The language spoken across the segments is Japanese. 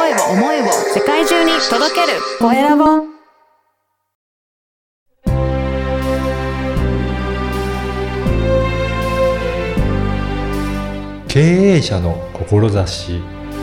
声を世界中に届けるコエラボ。 経営者の志。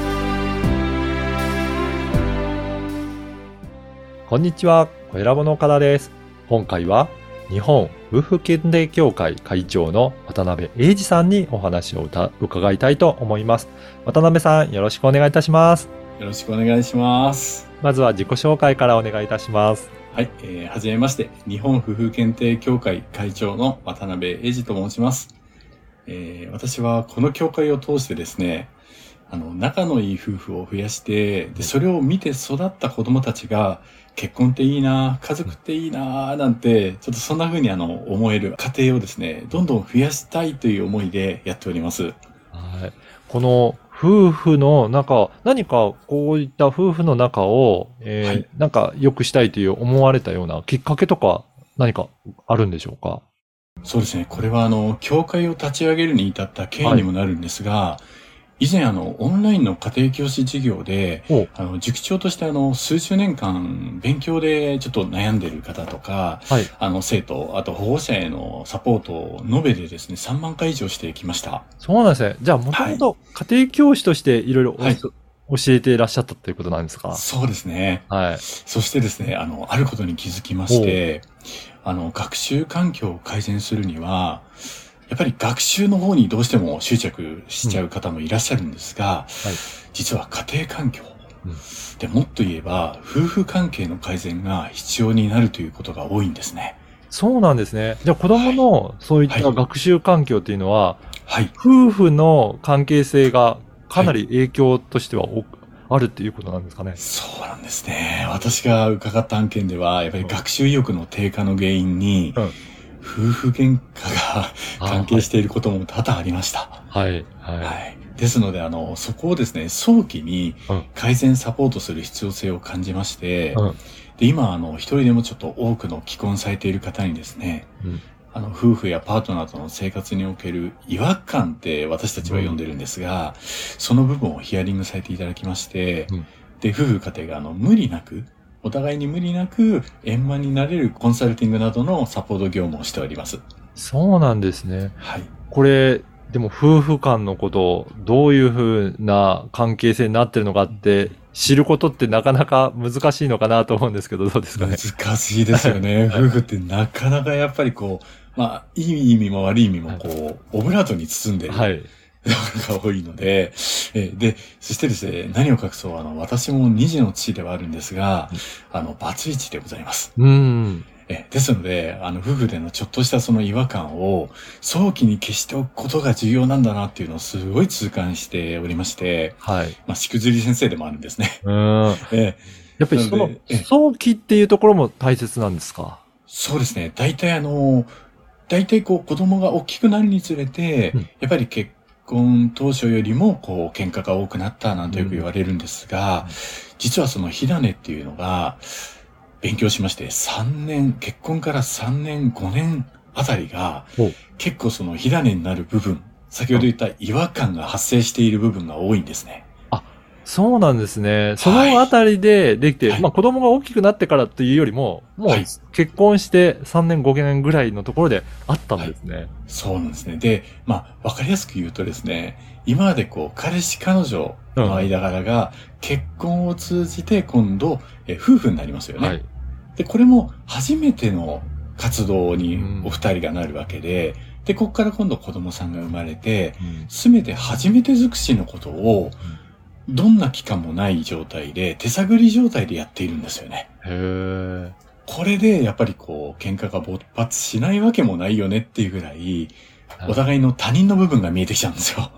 こんにちは、コエラボの岡田です。今回は日本夫婦検定協会会長の渡辺英二さんにお話を伺いたいと思います。渡辺さん、よろしくお願いいたします。 よろしくお願いします。 まずは自己紹介からお願いいたします。 はい、はじめまして、日本夫婦検定協会会長の渡辺英二と申します。私はこの協会を通してですね、仲のいい夫婦を増やして、で、それを見て育った子供たちが、結婚っていいな、家族っていいな、なんて、ちょっとそんな風に思える家庭をですね、どんどん増やしたいという思いでやっております。はい。 この夫婦の仲、何かこういった夫婦の仲を、はい、なんか良くしたいという思われたようなきっかけとか何かあるんでしょうか？ そうですね。これは協会を立ち上げるに至った経緯にもなるんですが、はい、以前オンラインの家庭教師事業で、塾長として数十年間勉強でちょっと悩んでいる方とか、はい、生徒、あと保護者へのサポートを延べでですね、3万回以上してきました。 そうなんですね。じゃあ、もともと家庭教師としていろいろ教えていらっしゃったということなんですか？ そうですね。 はい。 そしてですね、あることに気づきまして、学習環境を改善するには、やっぱり学習の方にどうしても執着しちゃう方もいらっしゃるんですが、はい、実は家庭環境、でもっと言えば夫婦関係の改善が必要になるということが多いんですね。 そうなんですね。じゃあ子供のそういった学習環境っていうのは、 はい、 夫婦の関係性がかなり影響としてはあるっていうことなんですかね。 そうなんですね。私が伺った案件では、やっぱり学習意欲の低下の原因に、夫婦喧嘩が関係していることも多々ありました。 はい。 はい。はい。ですので、そこをですね、早期に改善サポートする必要性を感じまして、で、今、一人でもちょっと多くの既婚されている方にですね、夫婦やパートナーとの生活における違和感って私たちは呼んでるんですが、その部分をヒアリングされていただきまして、で、夫婦家庭が無理なく、お互いに無理なく円満になれるコンサルティングなどのサポート業務をしております。 そうなんですね。 はい。 これ、でも夫婦間のことをどういうふうな関係性になってるのかって知ることってなかなか難しいのかなと思うんですけど、どうですかね。 難しいですよね。夫婦ってなかなかやっぱりいい意味も悪い意味もオブラートに包んでる。はい。が多いので、で、そしてですね、何を隠そう、私も二児の父ではあるんですが、バツイチでございます。ですので、夫婦でのちょっとしたその違和感を早期に消しておくことが重要なんだなっていうのをすごい痛感しておりまして、はい。しくじり先生でもあるんですね。 やっぱりその、早期っていうところも大切なんですか？ そうですね。大体子供が大きくなるにつれて、やっぱり結婚当初よりも喧嘩が多くなったなんてよく言われるんですが、実はその火種っていうのが勉強しまして結婚から3年5年あたりが結構その火種になる部分、先ほど言った違和感が発生している部分が多いんですね。 そうなんですね。そのあたりでできて、子供が大きくなってからというよりも、もう結婚して3年5年ぐらいのところであったんですね。 そうなんですね。で、わかりやすく言うとですね、今まで彼氏彼女の間柄が結婚を通じて今度、夫婦になりますよね。で、これも初めての活動にお二人がなるわけで、で、ここから今度子供さんが生まれて、すべて初めて尽くしのことを、どんな期間もない状態で、手探り状態でやっているんですよね。これで、やっぱり喧嘩が勃発しないわけもないよねっていうぐらい、お互いの他人の部分が見えてきちゃうんですよ。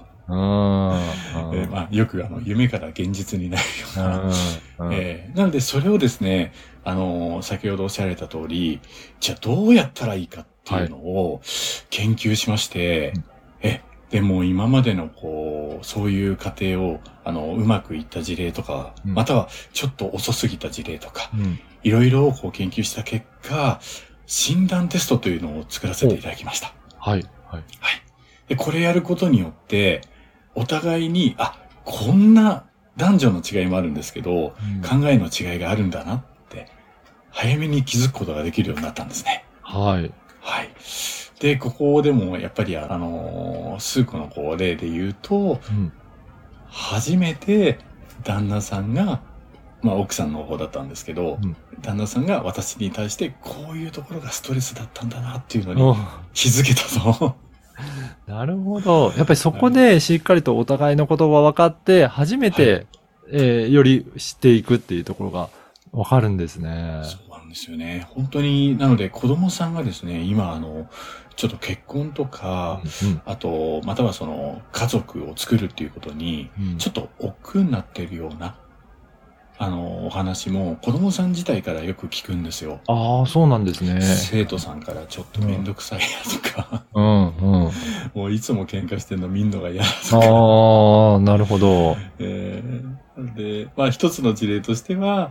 よく夢から現実になるような。なので、それをですね、先ほどおっしゃられた通り、じゃあどうやったらいいかっていうのを研究しまして、でも今までのそういう過程をうまくいった事例とか、またはちょっと遅すぎた事例とか、いろいろ研究した結果、診断テストというのを作らせていただきました。で、これやることによって、お互いに、こんな男女の違いもあるんですけど、 うん、 考えの違いがあるんだなって、早めに気づくことができるようになったんですね。 はい。 はい。で、ここでもやっぱり数個の例で言うと、 うん、 初めて旦那さんが、まあ奥さんの方だったんですけど、 うん、 旦那さんが私に対してこういうところがストレスだったんだなっていうのに気づけたぞ。 なるほど。やっぱりそこでしっかりとお互いのことが分かって、初めて、はい、より知っていくっていうところが分かるんですね。 そうなんですよね。本当に、なので子供さんがですね、今ちょっと結婚とか、うん、あと、またはその家族を作るっていうことに、ちょっと億劫になっているような、お話も子供さん自体からよく聞くんですよ。 ああ、そうなんですね。 生徒さんからちょっとめんどくさいやとか、 うんうん、 もういつも喧嘩してんの見んのが嫌だとか。 ああ、なるほど。 で、まあ一つの事例としては、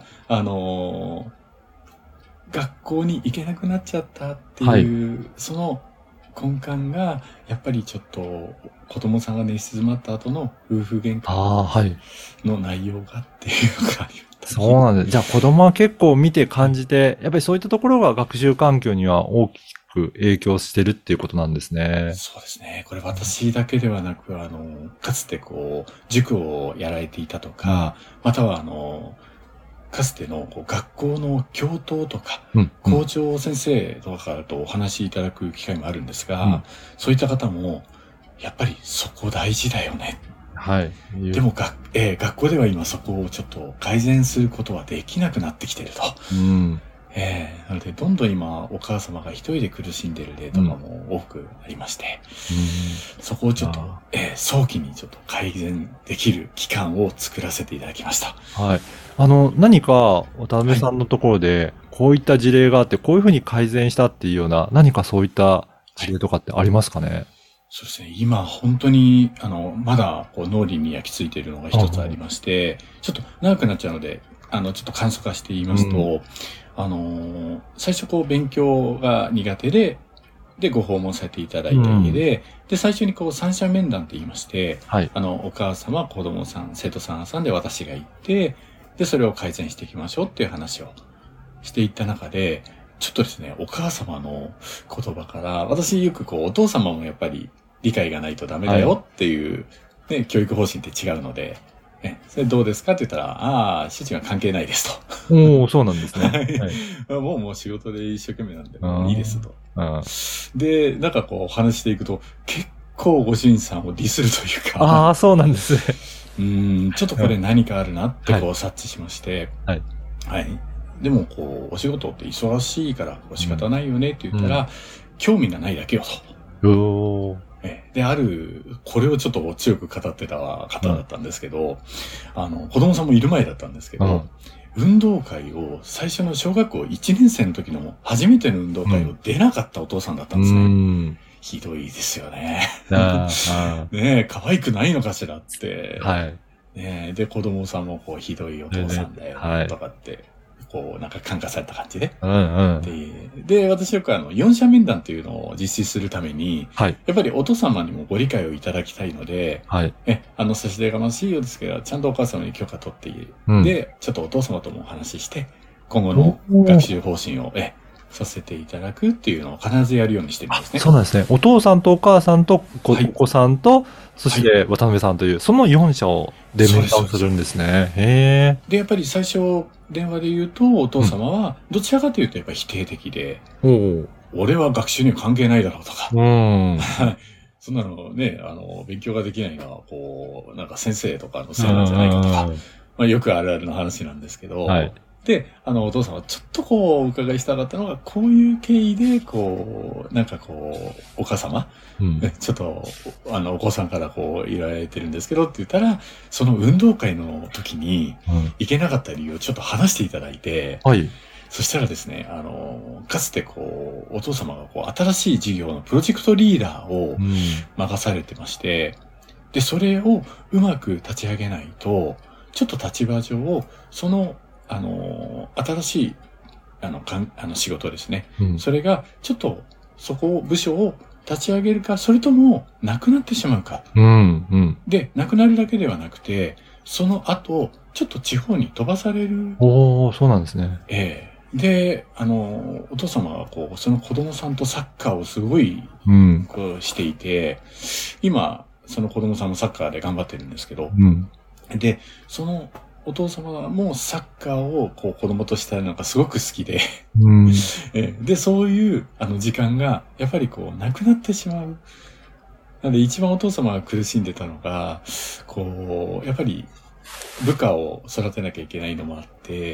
学校に行けなくなっちゃったっていう、はい、その根幹が、やっぱりちょっと子供さんが寝静まった後の夫婦喧嘩の内容がっていうのがありました。 そうなんです。じゃあ子供は結構見て感じて、やっぱりそういったところが学習環境には大きく影響してるっていうことなんですね。 そうですね。これ私だけではなく、かつて塾をやられていたとか、またはかつての学校の教頭とか、校長先生とかとお話しいただく機会もあるんですが、そういった方も、やっぱりそこ大事だよね。 はい。 でも学校では今そこをちょっと改善することはできなくなってきてると。なので、どんどん今、お母様が一人で苦しんでいる例とかも多くありまして、そこをちょっと、早期にちょっと改善できる期間を作らせていただきました。 はい。何か、渡辺さんのところで、こういった事例があって、こういうふうに改善したっていうような、何かそういった事例とかってありますかね？ そうですね。今、本当に、まだ、脳裏に焼き付いているのが一つありまして、ちょっと長くなっちゃうので、ちょっと簡素化して言いますと、最初勉強が苦手で、ご訪問させていただいた家で、で、最初に三者面談って言いまして、はい、お母様、子供さん、生徒さんさんで私が行って、で、それを改善していきましょうっていう話をしていった中で、ちょっとですね、お母様の言葉から、私よくお父様もやっぱり理解がないとダメだよっていう、ね、教育方針って違うので、それどうですかって言ったら、主人は関係ないですと。おー、そうなんですね。 はい、もう仕事で一生懸命なんで、もういいですと。で、なんか話していくと、結構ご主人さんをディスるというか。 ああ、そうなんですね。ちょっとこれ何かあるなって察知しまして。はい。はい。でもお仕事って忙しいから仕方ないよねって言ったら、興味がないだけよと。で、これをちょっと強く語ってた方だったんですけど、子供さんもいる前だったんですけど、運動会を最初の小学校1年生の時の初めての運動会を出なかったお父さんだったんですね。ひどいですよね。ねえ、可愛くないのかしらって。はい。ねえ、で、子供さんもひどいお父さんだよ、とかって。なんか感化された感じで。で、私よく四者面談っていうのを実施するために、やっぱりお父様にもご理解をいただきたいので、差し出がましいようですけど、ちゃんとお母様に許可取って、で、ちょっとお父様ともお話しして、今後の学習方針を、させていただくっていうのを必ずやるようにしてるんですね。 そうなんですね。お父さんとお母さんとお子さんと、そして渡辺さんという、その4者を面談するんですね。へー。 で、やっぱり最初、電話で言うと、お父様は、どちらかというとやっぱり否定的で、俺は学習には関係ないだろうとか、そんなのね、勉強ができないのは、なんか先生とかのせいなんじゃないかとか、よくあるあるの話なんですけど、で、お父さんはちょっとお伺いしたかったのが、こういう経緯で、なんかお母様、ちょっと、お子さんから依頼られてるんですけどって言ったら、その運動会の時に、行けなかった理由をちょっと話していただいて、そしたらですね、かつてお父様が新しい事業のプロジェクトリーダーを任されてまして、で、それをうまく立ち上げないと、ちょっと立場上、その、新しい、仕事ですね。それが、ちょっと、部署を立ち上げるか、それとも、なくなってしまうか。で、なくなるだけではなくて、 その後、ちょっと地方に飛ばされる。 おー、そうなんですね。 で、お父様はこう、その子供さんとサッカーをすごい、こうしていて、今、その子供さんもサッカーで頑張ってるんですけど、で、そのお父様もサッカーをこう子供としたらなんかすごく好きで、で、そういう時間がやっぱりこうなくなってしまう。なので一番お父様が苦しんでたのが、こう、やっぱり部下を育てなきゃいけないのもあって、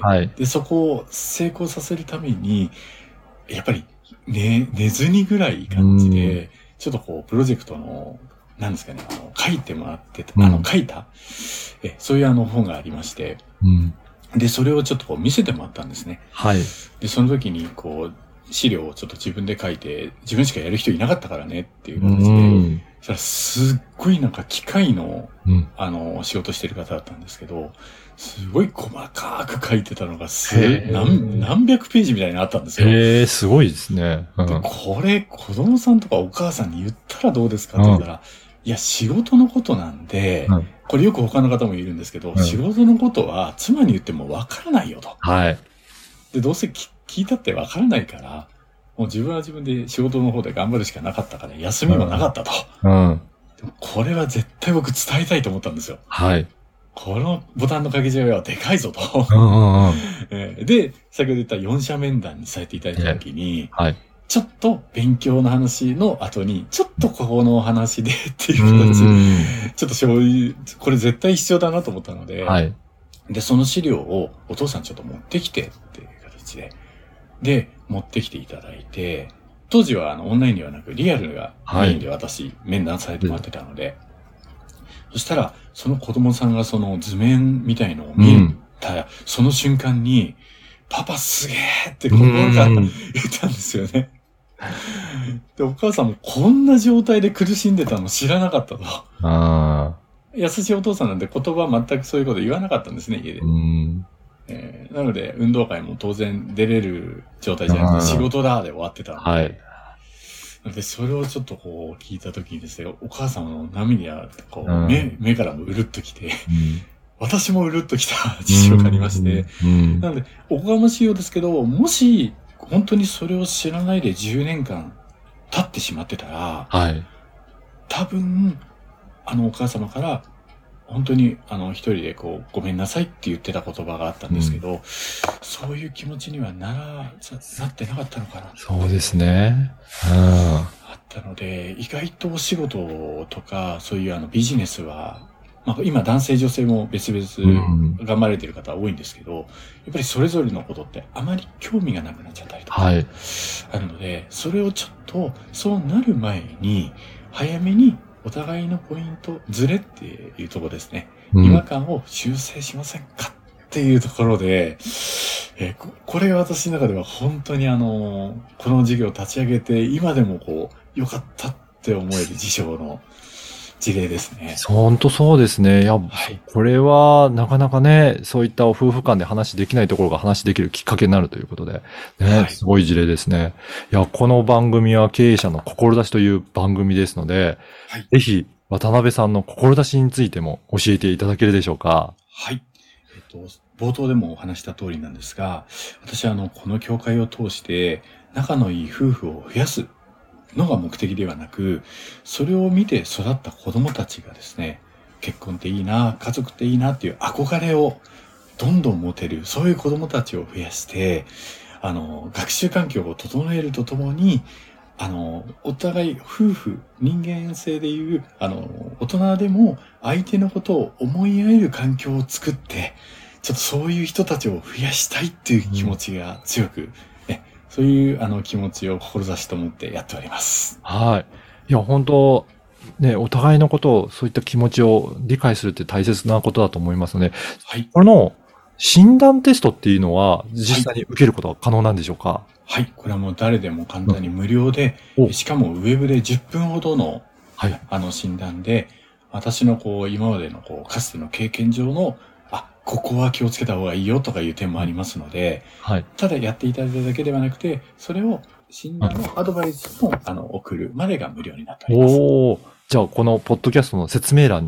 で、そこを成功させるために、やっぱり寝ずにぐらい感じで、ちょっとこう、プロジェクトの、なんですかね、書いてもらって、書いた、そういう本がありまして、で、それをちょっとこう見せてもらったんですね。で、その時にこう、資料をちょっと自分で書いて、自分しかやる人いなかったからねっていう形で、そしたらすっごいなんか機械の、仕事してる方だったんですけど、すごい細かく書いてたのが何百ページみたいになったんですよ。 すごいですね。 で、これ子供さんとかお母さんに言ったらどうですかって言ったら、いや、仕事のことなんで、これよく他の方もいるんですけど、仕事のことは妻に言ってもわからないよと。で、どうせ聞いたってわからないから、もう自分は自分で仕事の方で頑張るしかなかったから、休みもなかったと。でもこれは絶対僕伝えたいと思ったんですよ。このボタンの掛け違いはでかいぞと。で、先ほど言った4者面談にされていただいたときに、ちょっと勉強の話の後に、ちょっとここの話でっていう形、ちょっとそういう、これ絶対必要だなと思ったので、で、その資料をお父さんちょっと持ってきてっていう形で、持ってきていただいて、当時はオンラインではなくリアルがメインで私、面談されてもらってたので、そしたら、その子供さんがその図面みたいのを見た、その瞬間に、パパすげーって心から言ったんですよね。で、お母さんもこんな状態で苦しんでたの知らなかったと。優しいお父さんなんで言葉全くそういうこと言わなかったんですね、家で。なので、運動会も当然出れる状態じゃなくて仕事だで終わってたので。で、それをちょっとこう聞いたときにですね、お母様の涙がこう、目からもうるっときて、私もうるっときた事情がありまして、なので、おこがましいようですけど、もし本当にそれを知らないで10年間経ってしまってたら、多分、お母様から、本当に、一人でこう、ごめんなさいって言ってた言葉があったんですけど、そういう気持ちにはなってなかったのかな。 そうですね。 あったので、意外とお仕事とか、そういうビジネスは、まあ今男性女性も別々頑張られてる方多いんですけど、やっぱりそれぞれのことってあまり興味がなくなっちゃったりとか、あるので、それをちょっと、そうなる前に、早めに、お互いのポイント、ズレっていうところですね。違和感を修正しませんかっていうところで、これが私の中では本当にこの事業を立ち上げて、今でもこう、良かったって思える事象の事例ですね。 本当そうですね。いや、これはなかなかね、そういった夫婦間で話できないところが話できるきっかけになるということで、ね、すごい事例ですね。いや、この番組は経営者の志という番組ですので、ぜひ渡辺さんの志についても教えていただけるでしょうか。 冒頭でもお話した通りなんですが、私はこの教会を通して仲のいい夫婦を増やすのが目的ではなく、それを見て育った子供たちがですね、結婚っていいな、家族っていいなっていう憧れをどんどん持てる、そういう子供たちを増やして、学習環境を整えるとともに、お互い夫婦、人間性でいう、大人でも相手のことを思い合える環境を作って、ちょっとそういう人たちを増やしたいっていう気持ちが強く、そういう気持ちを志と思ってやっております。 いや、本当ね、お互いのことを、そういった気持ちを理解するって大切なことだと思いますので、この診断テストっていうのは実際に受けることは可能なんでしょうか？ これはもう誰でも簡単に無料で、しかもウェブで10分ほどの、診断で、私の今までのかつての経験上の、ここは気をつけた方がいいよとかいう点もありますので、ただやっていただいただけではなくて、それを診断のアドバイスも送るまでが無料になっております。 じゃあこのポッドキャストの説明欄に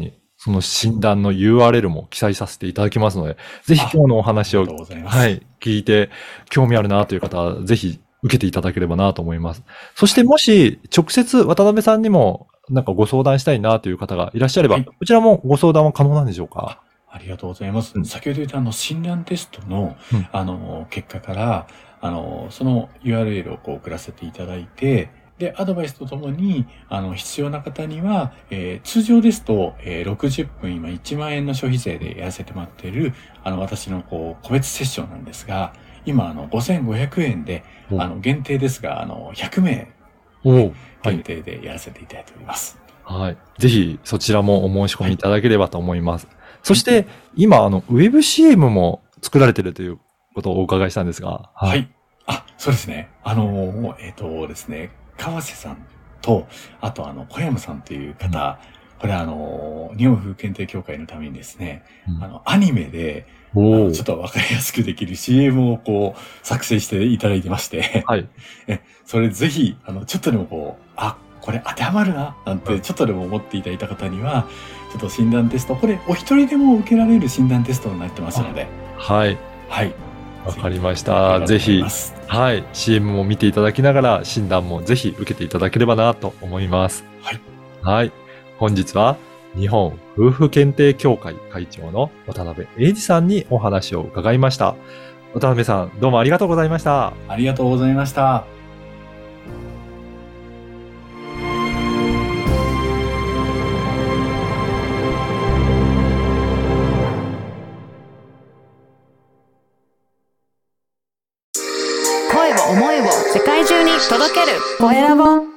その診断の URL も記載させていただきますので、ぜひ今日のお話を、 ありがとうございます。 はい、聞いて興味あるなという方は、ぜひ受けていただければなと思います。そしてもし、直接渡辺さんにもなんかご相談したいなという方がいらっしゃれば、 はいこちらもご相談は可能なんでしょうか？ ありがとうございます。 うん、 先ほど言った診断テストの、 うん結果から、その URL をこう送らせていただいて、で、アドバイスとともに、必要な方には、通常ですと、60分今1万円の消費税でやらせてもらっている、私のこう、個別セッションなんですが、今、5500円で、限定ですが、100名限定でやらせていただいております。 はい。ぜひ、そちらもお申し込みいただければと思います。そして、今、ウェブ CM も作られているということをお伺いしたんですが。 はい。そうですね。ですね、川瀬さんと、あと小山さんという方、これ日本風検定協会のためにですね、アニメで、ちょっとわかりやすくできる CM をこう、作成していただいてまして、 はい。 それぜひ、ちょっとでもこう、これ当てはまるな、なんて、ちょっとでも思っていただいた方には、ちょっと診断テスト、これお一人でも受けられる診断テストになってますので。 はい。 はい。 わかりました。ぜひ、はい。CM も見ていただきながら、診断もぜひ受けていただければなと思います。 はい。 はい。本日は、日本夫婦検定協会会長の渡辺英二さんにお話を伺いました。渡辺さん、どうもありがとうございました。 ありがとうございました。 声を思いを世界中に届けるコエラボ。